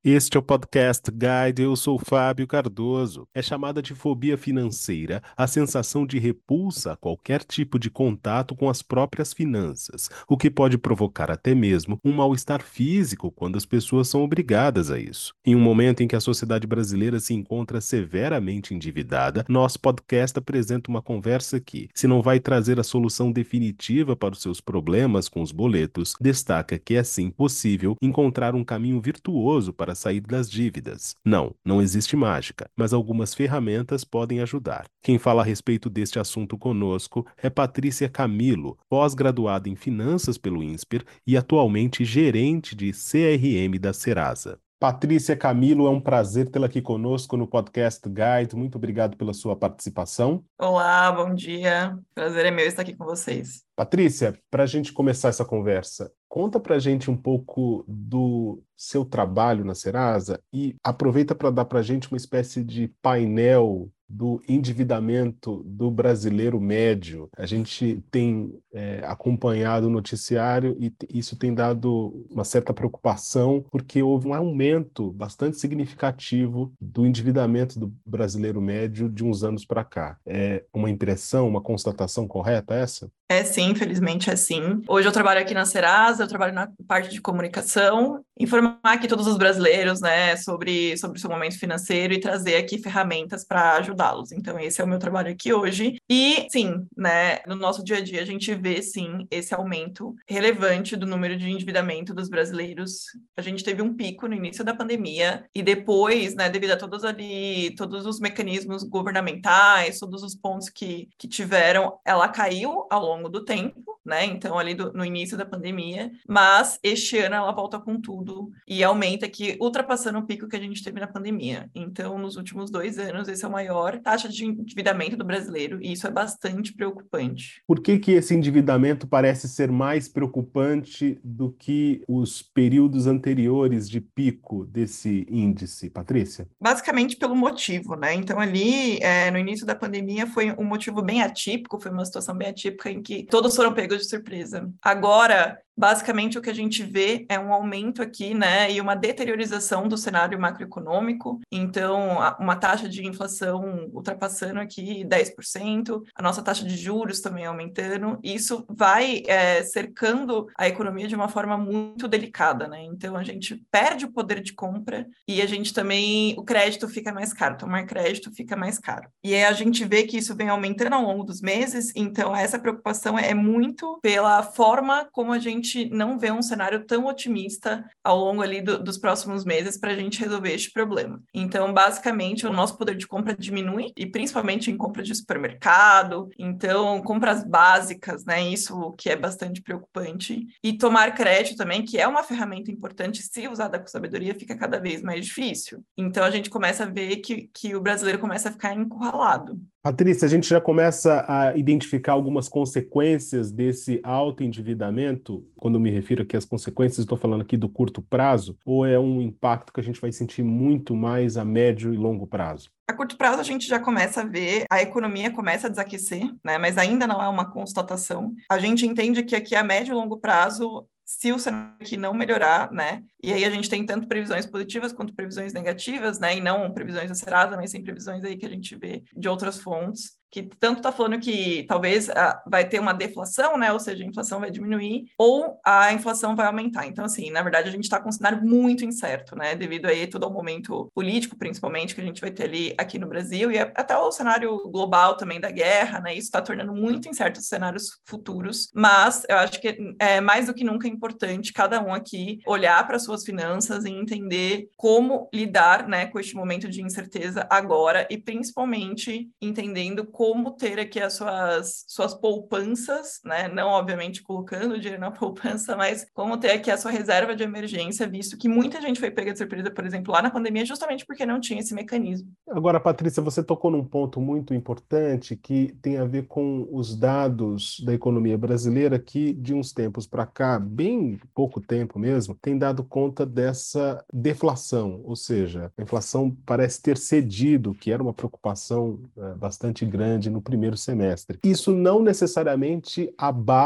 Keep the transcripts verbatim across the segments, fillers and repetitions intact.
Este é o Podcast Guide, eu sou Fábio Cardoso. É chamada de fobia financeira a sensação de repulsa a qualquer tipo de contato com as próprias finanças, o que pode provocar até mesmo um mal-estar físico quando as pessoas são obrigadas a isso. Em um momento em que a sociedade brasileira se encontra severamente endividada, nosso podcast apresenta uma conversa que, se não vai trazer a solução definitiva para os seus problemas com os boletos, destaca que é sim possível encontrar um caminho virtuoso para sair das dívidas. Não, não existe mágica, mas algumas ferramentas podem ajudar. Quem fala a respeito deste assunto conosco é Patrícia Camilo, pós-graduada em Finanças pelo INSPER e atualmente gerente de C R M da Serasa. Patrícia Camilo, é um prazer tê-la aqui conosco no Podcast Guide. Muito obrigado pela sua participação. Olá, bom dia. Prazer é meu estar aqui com vocês. Patrícia, para a gente começar essa conversa, conta para a gente um pouco do seu trabalho na Serasa e aproveita para dar para a gente uma espécie de painel do endividamento do brasileiro médio. A gente tem é, acompanhado o noticiário e t- isso tem dado uma certa preocupação, porque houve um aumento bastante significativo do endividamento do brasileiro médio de uns anos para cá. É uma impressão, uma constatação correta essa? É sim, infelizmente é sim. Hoje eu trabalho aqui na Serasa, eu trabalho na parte de comunicação, informar aqui todos os brasileiros, né, sobre, sobre o seu momento financeiro e trazer aqui ferramentas para ajudá-los. Então, esse é o meu trabalho aqui hoje. E, sim, né, no nosso dia a dia a gente vê, sim, esse aumento relevante do número de endividamento dos brasileiros. A gente teve um pico no início da pandemia e depois, né, devido a todos ali, todos os mecanismos governamentais, todos os pontos que, que tiveram, ela caiu ao longo do tempo, né? Então, ali do, no início da pandemia, mas este ano ela volta com tudo e aumenta aqui, ultrapassando o pico que a gente teve na pandemia. Então, nos últimos dois anos, esse é o maior taxa de endividamento do brasileiro e isso é bastante preocupante. Por que que esse endividamento parece ser mais preocupante do que os períodos anteriores de pico desse índice, Patrícia? Basicamente pelo motivo, né? Então, ali, é, no início da pandemia, foi um motivo bem atípico, foi uma situação bem atípica em que todos foram pegos de surpresa. Agora, basicamente, o que a gente vê é um aumento aqui, né, e uma deteriorização do cenário macroeconômico. Então, a- uma taxa de inflação ultrapassando aqui dez por cento, a nossa taxa de juros também aumentando. Isso vai, é, cercando a economia de uma forma muito delicada, né? Então, a gente perde o poder de compra e a gente também, o crédito fica mais caro, tomar crédito fica mais caro. E aí a gente vê que isso vem aumentando ao longo dos meses, então essa preocupação é muito pela forma como a gente não vê um cenário tão otimista ao longo ali do, dos próximos meses para a gente resolver este problema. Então, basicamente, o nosso poder de compra diminui, e principalmente em compra de supermercado, então, compras básicas, né? Isso que é bastante preocupante. E tomar crédito também, que é uma ferramenta importante, se usada com sabedoria, fica cada vez mais difícil. Então, a gente começa a ver que, que o brasileiro começa a ficar encurralado. Patrícia, a gente já começa a identificar algumas consequências desse alto endividamento. Quando eu me refiro aqui às consequências, estou falando aqui do curto prazo, ou é um impacto que a gente vai sentir muito mais a médio e longo prazo? A curto prazo, a gente já começa a ver, a economia começa a desaquecer, né? Mas ainda não é uma constatação. A gente entende que aqui a médio e longo prazo, se o cenário aqui não melhorar, né? E aí a gente tem tanto previsões positivas quanto previsões negativas, né? E não previsões da Serasa, mas sim previsões aí que a gente vê de outras fontes, que tanto está falando que talvez ah, vai ter uma deflação, né? Ou seja, a inflação vai diminuir, ou a inflação vai aumentar. Então, assim, na verdade, a gente está com um cenário muito incerto, né? Devido aí todo o momento político, principalmente, que a gente vai ter ali aqui no Brasil, e até o cenário global também da guerra, né? Isso está tornando muito incerto os cenários futuros. Mas eu acho que é mais do que nunca importante cada um aqui olhar para suas finanças e entender como lidar, né, com este momento de incerteza agora, e principalmente entendendo como ter aqui as suas, suas poupanças, né? Não, obviamente, colocando o dinheiro na poupança, mas como ter aqui a sua reserva de emergência, visto que muita gente foi pega de surpresa, por exemplo, lá na pandemia, justamente porque não tinha esse mecanismo. Agora, Patrícia, você tocou num ponto muito importante que tem a ver com os dados da economia brasileira que, de uns tempos para cá, bem pouco tempo mesmo, tem dado conta dessa deflação, ou seja, a inflação parece ter cedido, que era uma preocupação eh, bastante grande no primeiro semestre. Isso não necessariamente abala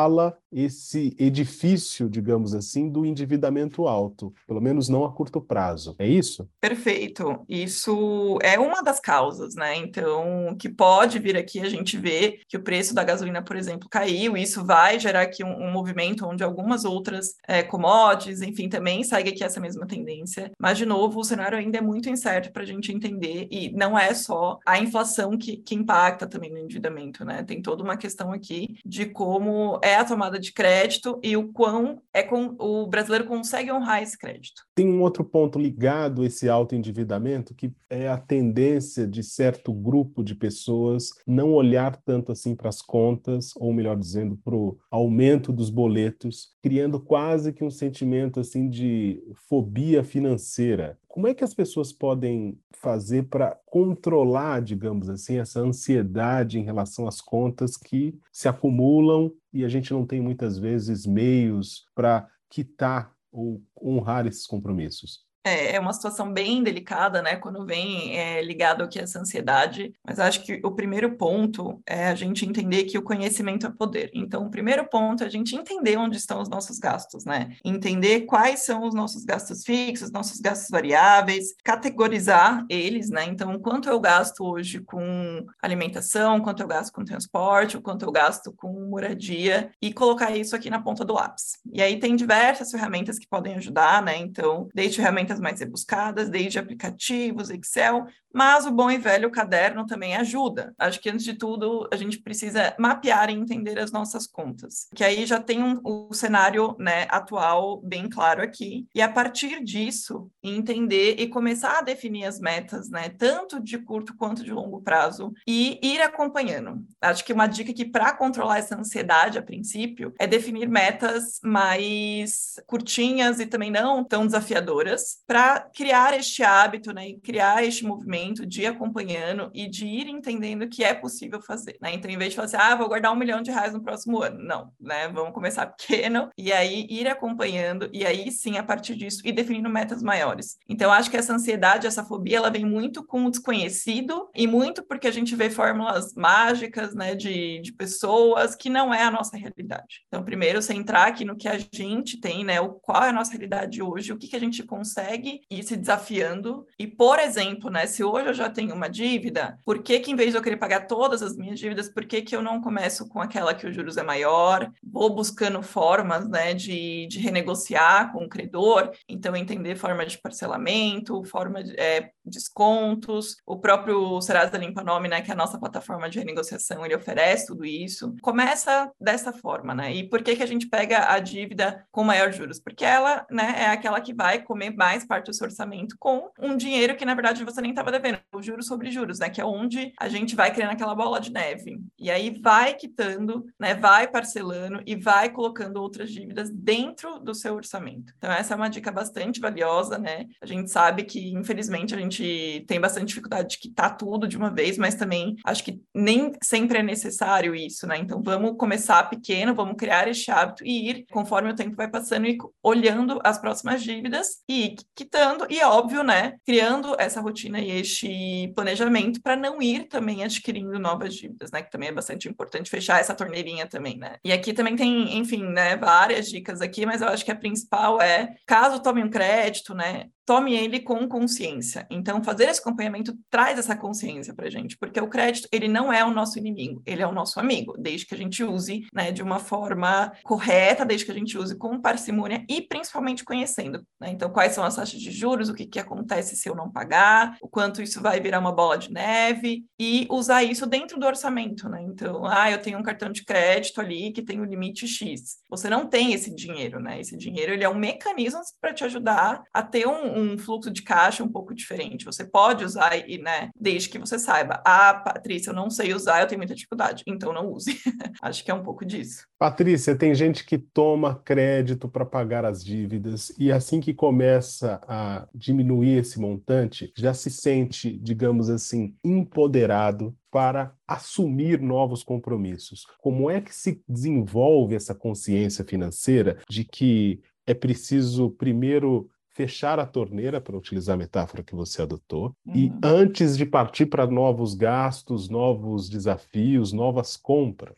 esse edifício, digamos assim, do endividamento alto, pelo menos não a curto prazo. É isso? Perfeito. Isso é uma das causas, né? Então, que pode vir aqui, a gente vê que o preço da gasolina, por exemplo, caiu, e isso vai gerar aqui um, um movimento onde algumas outras é, commodities, enfim, também segue aqui essa mesma tendência. Mas, de novo, o cenário ainda é muito incerto para a gente entender, e não é só a inflação que, que impacta também no endividamento, né? Tem toda uma questão aqui de como é a tomada de crédito e o quão é com, o brasileiro consegue honrar esse crédito. Tem um outro ponto ligado a esse autoendividamento, que é a tendência de certo grupo de pessoas não olhar tanto assim para as contas, ou melhor dizendo, para o aumento dos boletos, criando quase que um sentimento assim de fobia financeira. Como é que as pessoas podem fazer para controlar, digamos assim, essa ansiedade em relação às contas que se acumulam e a gente não tem muitas vezes meios para quitar ou honrar esses compromissos? É, é uma situação bem delicada, né, quando vem é, ligado aqui a essa ansiedade, mas acho que o primeiro ponto é a gente entender que o conhecimento é poder. Então, o primeiro ponto é a gente entender onde estão os nossos gastos, né? Entender quais são os nossos gastos fixos, nossos gastos variáveis, categorizar eles, né? Então, quanto eu gasto hoje com alimentação, quanto eu gasto com transporte, o quanto eu gasto com moradia, e colocar isso aqui na ponta do lápis. E aí tem diversas ferramentas que podem ajudar, né? Então, desde ferramentas mais rebuscadas, desde aplicativos, Excel, mas o bom e velho caderno também ajuda. Acho que, antes de tudo, a gente precisa mapear e entender as nossas contas, que aí já tem um, o cenário, né, atual bem claro aqui, e a partir disso, entender e começar a definir as metas, né, tanto de curto quanto de longo prazo, e ir acompanhando. Acho que uma dica que, para controlar essa ansiedade, a princípio, é definir metas mais curtinhas e também não tão desafiadoras, para criar este hábito, né, e criar este movimento de ir acompanhando e de ir entendendo que é possível fazer, né? Então, em vez de falar assim, ah, vou guardar um milhão de reais no próximo ano, não, né? Vamos começar pequeno e aí ir acompanhando e aí sim, a partir disso, ir definindo metas maiores. Então, acho que essa ansiedade, essa fobia, ela vem muito com o desconhecido e muito porque a gente vê fórmulas mágicas, né, de, de pessoas que não é a nossa realidade. Então, primeiro, centrar aqui no que a gente tem, né, o qual é a nossa realidade hoje, o que, que a gente consegue ir se desafiando. E, por exemplo, né, se hoje eu já tenho uma dívida, por que que, em vez de eu querer pagar todas as minhas dívidas, por que que eu não começo com aquela que os juros é maior? Vou buscando formas, né, de, de renegociar com o credor, então entender forma de parcelamento, forma de é, descontos, o próprio Serasa Limpa Nome, né, que é a nossa plataforma de renegociação, ele oferece tudo isso. Começa dessa forma, né? E por que que a gente pega a dívida com maior juros? Porque ela, né, é aquela que vai comer mais parte do seu orçamento com um dinheiro que, na verdade, você nem estava devendo, o juros sobre juros, né? Que é onde a gente vai criando aquela bola de neve. E aí vai quitando, né? Vai parcelando e vai colocando outras dívidas dentro do seu orçamento. Então, essa é uma dica bastante valiosa, né? A gente sabe que, infelizmente, a gente tem bastante dificuldade de quitar tudo de uma vez, mas também acho que nem sempre é necessário isso, né? Então, vamos começar pequeno, vamos criar este hábito e ir, conforme o tempo vai passando, e olhando as próximas dívidas e ir quitando, e é óbvio, né? Criando essa rotina e este planejamento para não ir também adquirindo novas dívidas, né? Que também é bastante importante fechar essa torneirinha também, né? E aqui também tem, enfim, né, várias dicas aqui, mas eu acho que a principal é, caso tome um crédito, né? Tome ele com consciência. Então, fazer esse acompanhamento traz essa consciência para a gente, porque o crédito, ele não é o nosso inimigo, ele é o nosso amigo, desde que a gente use, né, de uma forma correta, desde que a gente use com parcimônia e principalmente conhecendo, né? Então, quais são as taxas de juros, o que, que acontece se eu não pagar, o quanto isso vai virar uma bola de neve, e usar isso dentro do orçamento, né? Então, ah, eu tenho um cartão de crédito ali que tem o limite X. Você não tem esse dinheiro, né? Esse dinheiro, ele é um mecanismo para te ajudar a ter um um fluxo de caixa um pouco diferente. Você pode usar, e, né, desde que você saiba. Ah, Patrícia, eu não sei usar, eu tenho muita dificuldade. Então, não use. Acho que é um pouco disso. Patrícia, tem gente que toma crédito para pagar as dívidas e assim que começa a diminuir esse montante, já se sente, digamos assim, empoderado para assumir novos compromissos. Como é que se desenvolve essa consciência financeira de que é preciso primeiro fechar a torneira, para utilizar a metáfora que você adotou, e Uhum. antes de partir para novos gastos, novos desafios, novas compras?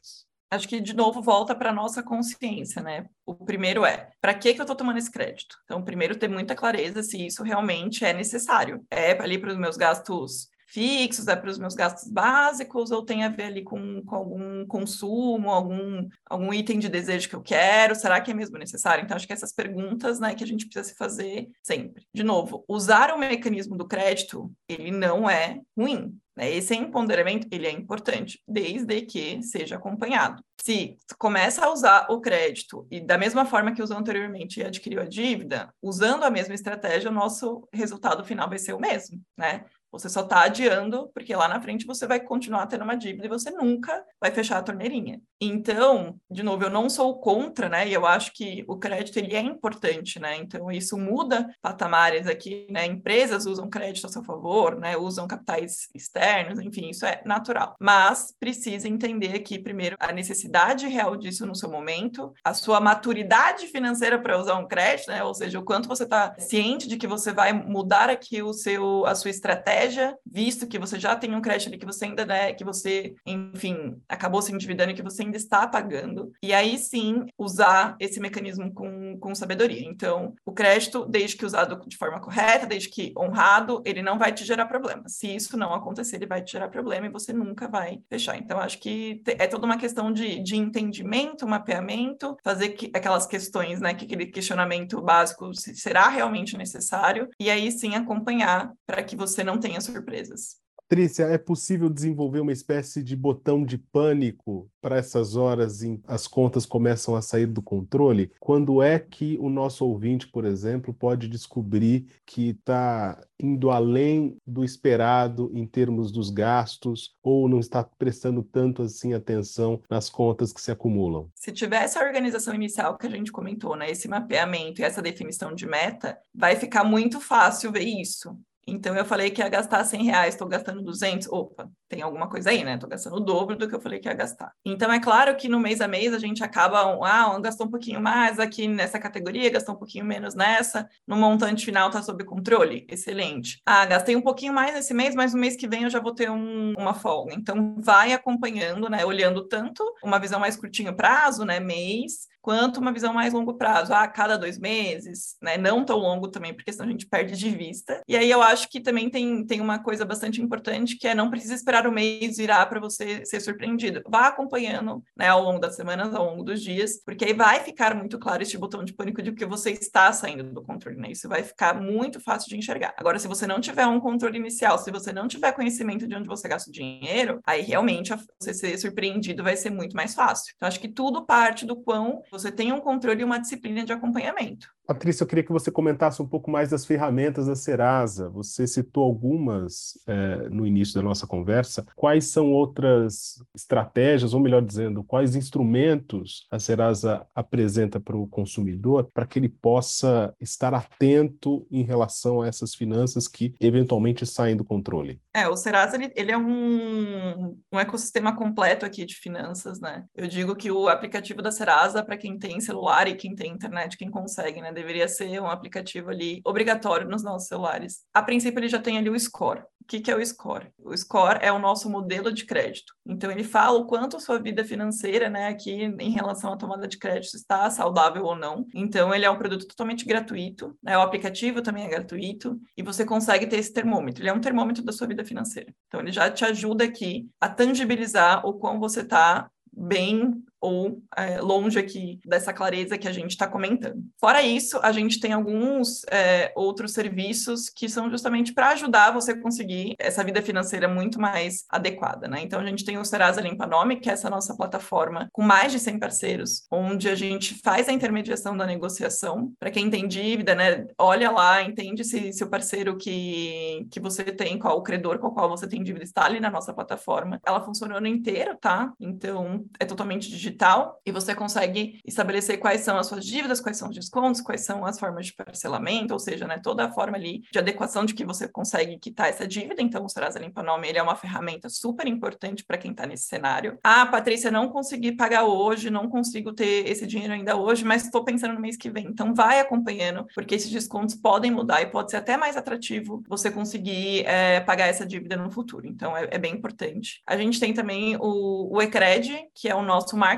Acho que, de novo, volta para a nossa consciência, né? O primeiro é, para que que eu estou tomando esse crédito? Então, primeiro, ter muita clareza se isso realmente é necessário. É ali para os meus gastos fixos, é para os meus gastos básicos, ou tem a ver ali com, com algum consumo, algum, algum item de desejo que eu quero? Será que é mesmo necessário? Então, acho que essas perguntas, né, que a gente precisa se fazer sempre. De novo, usar o mecanismo do crédito, ele não é ruim. Esse empoderamento, ele é importante, desde que seja acompanhado. Se começa a usar o crédito e da mesma forma que usou anteriormente e adquiriu a dívida, usando a mesma estratégia, o nosso resultado final vai ser o mesmo, né? Você só está adiando, porque lá na frente você vai continuar tendo uma dívida e você nunca vai fechar a torneirinha. Então, de novo, eu não sou contra, né? E eu acho que o crédito, ele é importante, né? Então, isso muda patamares aqui, né? Empresas usam crédito a seu favor, né? Usam capitais externos, enfim, isso é natural. Mas precisa entender aqui, primeiro, a necessidade real disso no seu momento, a sua maturidade financeira para usar um crédito, né? Ou seja, o quanto você está ciente de que você vai mudar aqui o seu, a sua estratégia, visto que você já tem um crédito ali que você ainda, né, que você, enfim, acabou se endividando e que você ainda está pagando. E aí sim, usar esse mecanismo com, com sabedoria. Então, o crédito, desde que usado de forma correta, desde que honrado, ele não vai te gerar problema. Se isso não acontecer, ele vai te gerar problema e você nunca vai fechar. Então, acho que é toda uma questão de, de entendimento, mapeamento, fazer que, aquelas questões, né, que aquele questionamento básico, se será realmente necessário, e aí sim acompanhar para que você não tenha surpresas. Patrícia, é possível desenvolver uma espécie de botão de pânico para essas horas em as contas começam a sair do controle? Quando é que o nosso ouvinte, por exemplo, pode descobrir que está indo além do esperado em termos dos gastos ou não está prestando tanto assim atenção nas contas que se acumulam? Se tiver essa organização inicial que a gente comentou, né, esse mapeamento e essa definição de meta, vai ficar muito fácil ver isso. Então, eu falei que ia gastar cem reais, estou gastando duzentos. Opa, tem alguma coisa aí, né? Estou gastando o dobro do que eu falei que ia gastar. Então, é claro que no mês a mês a gente acaba, ah, gastou um pouquinho mais aqui nessa categoria, gastou um pouquinho menos nessa, no montante final está sob controle. Excelente. Ah, gastei um pouquinho mais esse mês, mas no mês que vem eu já vou ter um, uma folga. Então, vai acompanhando, né? Olhando tanto uma visão mais curtinho prazo, né? Mês, quanto uma visão mais longo prazo, ah, cada dois meses, né? Não tão longo também, porque senão a gente perde de vista. E aí eu acho que também tem, tem uma coisa bastante importante, que é não precisa esperar o mês virar para você ser surpreendido. Vá acompanhando, né, ao longo das semanas, ao longo dos dias, porque aí vai ficar muito claro este botão de pânico de que você está saindo do controle, né? Isso vai ficar muito fácil de enxergar. Agora, se você não tiver um controle inicial, se você não tiver conhecimento de onde você gasta o dinheiro, aí realmente você ser surpreendido vai ser muito mais fácil. Então, acho que tudo parte do quão você tem um controle e uma disciplina de acompanhamento. Patrícia, eu queria que você comentasse um pouco mais das ferramentas da Serasa. Você citou algumas eh, no início da nossa conversa. Quais são outras estratégias, ou melhor dizendo, quais instrumentos a Serasa apresenta para o consumidor para que ele possa estar atento em relação a essas finanças que eventualmente saem do controle? É, o Serasa, ele, ele é um, um ecossistema completo aqui de finanças, né? Eu digo que o aplicativo da Serasa, para quem tem celular e quem tem internet, quem consegue, né? Deveria ser um aplicativo ali obrigatório nos nossos celulares. A princípio, ele já tem ali o score. O que, que é o score? O score é o nosso modelo de crédito. Então, ele fala o quanto a sua vida financeira, né, aqui em relação à tomada de crédito está saudável ou não. Então, ele é um produto totalmente gratuito, né? O aplicativo também é gratuito e você consegue ter esse termômetro. Ele é um termômetro da sua vida financeira. Então, ele já te ajuda aqui a tangibilizar o quão você está bem ou é, longe aqui dessa clareza que a gente está comentando. Fora isso, a gente tem alguns é, outros serviços que são justamente para ajudar você a conseguir essa vida financeira muito mais adequada, né? Então, a gente tem o Serasa Limpa Nome, que é essa nossa plataforma com mais de cem parceiros, onde a gente faz a intermediação da negociação. Para quem tem dívida, né? Olha lá, entende se, se o parceiro que, que você tem, qual o credor com o qual você tem dívida está ali na nossa plataforma. Ela funciona o ano inteiro, tá? Então, é totalmente digital. Digital, e você consegue estabelecer quais são as suas dívidas, quais são os descontos, quais são as formas de parcelamento, ou seja, né, toda a forma ali de adequação de que você consegue quitar essa dívida. Então, o Serasa Limpa Nome, ele é uma ferramenta super importante para quem está nesse cenário. Ah, Patrícia, não consegui pagar hoje, não consigo ter esse dinheiro ainda hoje, mas estou pensando no mês que vem. Então, vai acompanhando, porque esses descontos podem mudar e pode ser até mais atrativo você conseguir é, pagar essa dívida no futuro. Então, é, é bem importante. A gente tem também o, o Ecred, que é o nosso marketing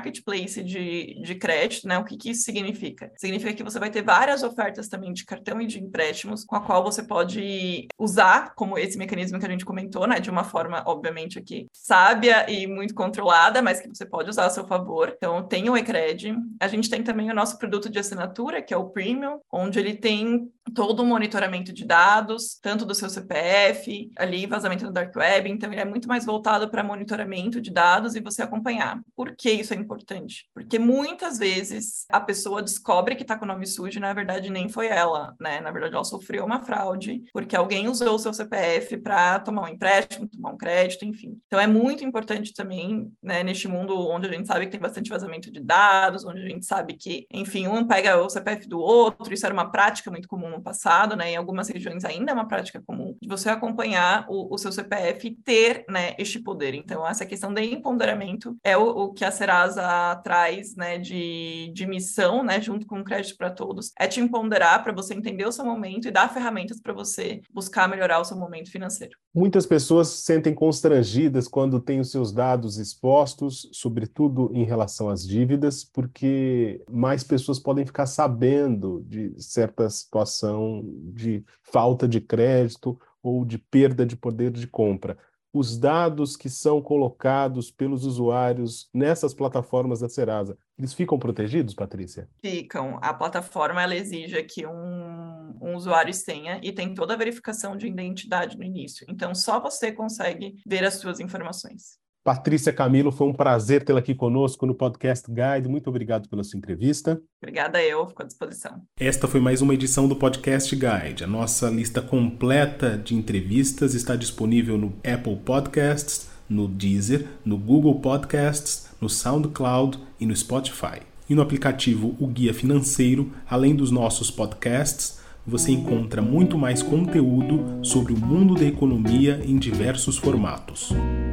marketplace de, de crédito, né? O que, que isso significa? Significa que você vai ter várias ofertas também de cartão e de empréstimos, com a qual você pode usar como esse mecanismo que a gente comentou, né? De uma forma, obviamente, aqui sábia e muito controlada, mas que você pode usar a seu favor. Então, tem o eCred. A gente tem também o nosso produto de assinatura, que é o Premium, onde ele tem todo o monitoramento de dados, tanto do seu C P F, ali, vazamento no Dark Web. Então, ele é muito mais voltado para monitoramento de dados e você acompanhar. Por que isso é importante? Porque muitas vezes a pessoa descobre que está com o nome sujo e, na verdade, nem foi ela, né? Na verdade, ela sofreu uma fraude, porque alguém usou o seu C P F para tomar um empréstimo, tomar um crédito, enfim. Então, é muito importante também, né, neste mundo onde a gente sabe que tem bastante vazamento de dados, onde a gente sabe que, enfim, um pega o C P F do outro, isso era uma prática muito comum no passado, né? Em algumas regiões ainda é uma prática comum, de você acompanhar o, o seu C P F e ter, né, este poder. Então, essa questão de empoderamento é o, o que a Serasa traz, né, de, de missão, né, junto com o Crédito para Todos, é te empoderar para você entender o seu momento e dar ferramentas para você buscar melhorar o seu momento financeiro. Muitas pessoas se sentem constrangidas quando têm os seus dados expostos, sobretudo em relação às dívidas, porque mais pessoas podem ficar sabendo de certa situação de falta de crédito ou de perda de poder de compra. Os dados que são colocados pelos usuários nessas plataformas da Serasa, eles ficam protegidos, Patrícia? Ficam. A plataforma, ela exige que um, um usuário senha e tem toda a verificação de identidade no início. Então, só você consegue ver as suas informações. Patrícia Camilo, foi um prazer tê-la aqui conosco no Podcast Guide. Muito obrigado pela sua entrevista. Obrigada, eu fico à disposição. Esta foi mais uma edição do Podcast Guide. A nossa lista completa de entrevistas está disponível no Apple Podcasts, no Deezer, no Google Podcasts, no SoundCloud e no Spotify. E no aplicativo O Guia Financeiro, além dos nossos podcasts, você encontra muito mais conteúdo sobre o mundo da economia em diversos formatos.